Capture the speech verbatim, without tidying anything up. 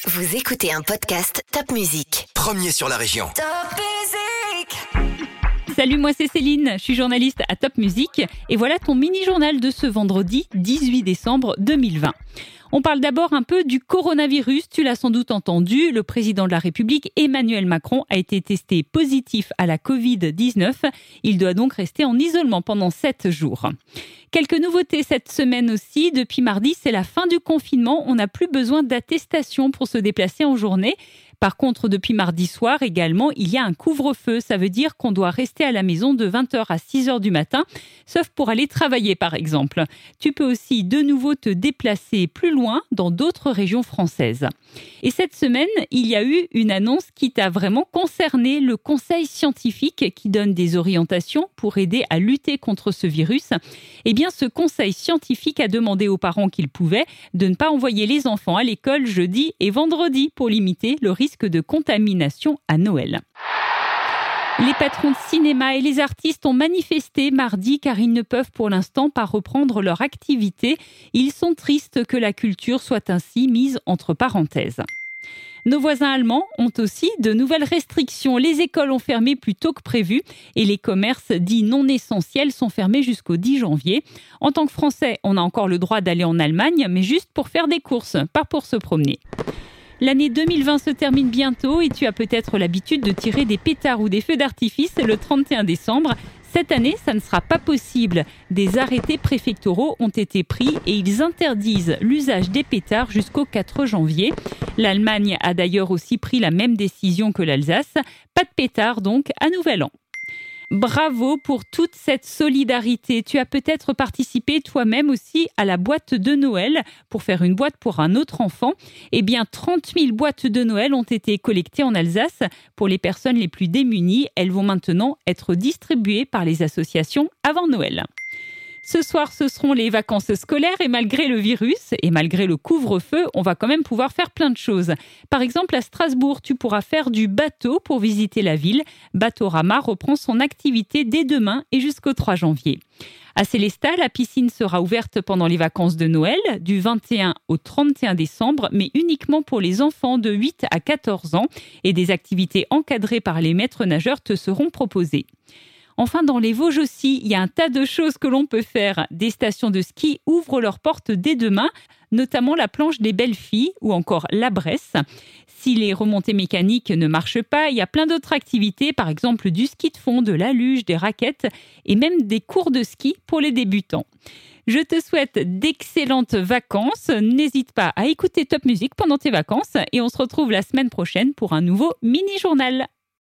Vous écoutez un podcast Top Musique. Premier sur la région. Top Musique. Salut, moi c'est Céline, je suis journaliste à Top Musique et voilà ton mini-journal de ce vendredi dix-huit décembre deux mille vingt. On parle d'abord un peu du coronavirus. Tu l'as sans doute entendu, le président de la République, Emmanuel Macron, a été testé positif à la covid dix-neuf. Il doit donc rester en isolement pendant sept jours. Quelques nouveautés cette semaine aussi. Depuis mardi, c'est la fin du confinement. On n'a plus besoin d'attestation pour se déplacer en journée. Par contre, depuis mardi soir également, il y a un couvre-feu. Ça veut dire qu'on doit rester à la maison de vingt heures à six heures du matin, sauf pour aller travailler par exemple. Tu peux aussi de nouveau te déplacer plus loin dans d'autres régions françaises. Et cette semaine, il y a eu une annonce qui t'a vraiment concerné, le Conseil scientifique qui donne des orientations pour aider à lutter contre ce virus. Eh bien, ce Conseil scientifique a demandé aux parents qu'ils pouvaient de ne pas envoyer les enfants à l'école jeudi et vendredi pour limiter le risque de contamination à Noël. Les patrons de cinéma et les artistes ont manifesté mardi car ils ne peuvent pour l'instant pas reprendre leur activité. Ils sont tristes que la culture soit ainsi mise entre parenthèses. Nos voisins allemands ont aussi de nouvelles restrictions. Les écoles ont fermé plus tôt que prévu et les commerces dits non essentiels sont fermés jusqu'au dix janvier. En tant que Français, on a encore le droit d'aller en Allemagne, mais juste pour faire des courses, pas pour se promener. L'année deux mille vingt se termine bientôt et tu as peut-être l'habitude de tirer des pétards ou des feux d'artifice le trente et un décembre. Cette année, ça ne sera pas possible. Des arrêtés préfectoraux ont été pris et ils interdisent l'usage des pétards jusqu'au quatre janvier. L'Allemagne a d'ailleurs aussi pris la même décision que l'Alsace. Pas de pétards donc à Nouvel An. Bravo pour toute cette solidarité. Tu as peut-être participé toi-même aussi à la boîte de Noël pour faire une boîte pour un autre enfant. Eh bien, trente mille boîtes de Noël ont été collectées en Alsace pour les personnes les plus démunies. Elles vont maintenant être distribuées par les associations avant Noël. Ce soir, ce seront les vacances scolaires et malgré le virus et malgré le couvre-feu, on va quand même pouvoir faire plein de choses. Par exemple, à Strasbourg, tu pourras faire du bateau pour visiter la ville. Bateaurama reprend son activité dès demain et jusqu'au trois janvier. À Célestat, la piscine sera ouverte pendant les vacances de Noël, du vingt et un au trente et un décembre, mais uniquement pour les enfants de huit à quatorze ans. Et des activités encadrées par les maîtres nageurs te seront proposées. Enfin, dans les Vosges aussi, il y a un tas de choses que l'on peut faire. Des stations de ski ouvrent leurs portes dès demain, notamment la planche des Belles Filles ou encore la Bresse. Si les remontées mécaniques ne marchent pas, il y a plein d'autres activités, par exemple du ski de fond, de la luge, des raquettes et même des cours de ski pour les débutants. Je te souhaite d'excellentes vacances. N'hésite pas à écouter Top Musique pendant tes vacances et on se retrouve la semaine prochaine pour un nouveau mini-journal.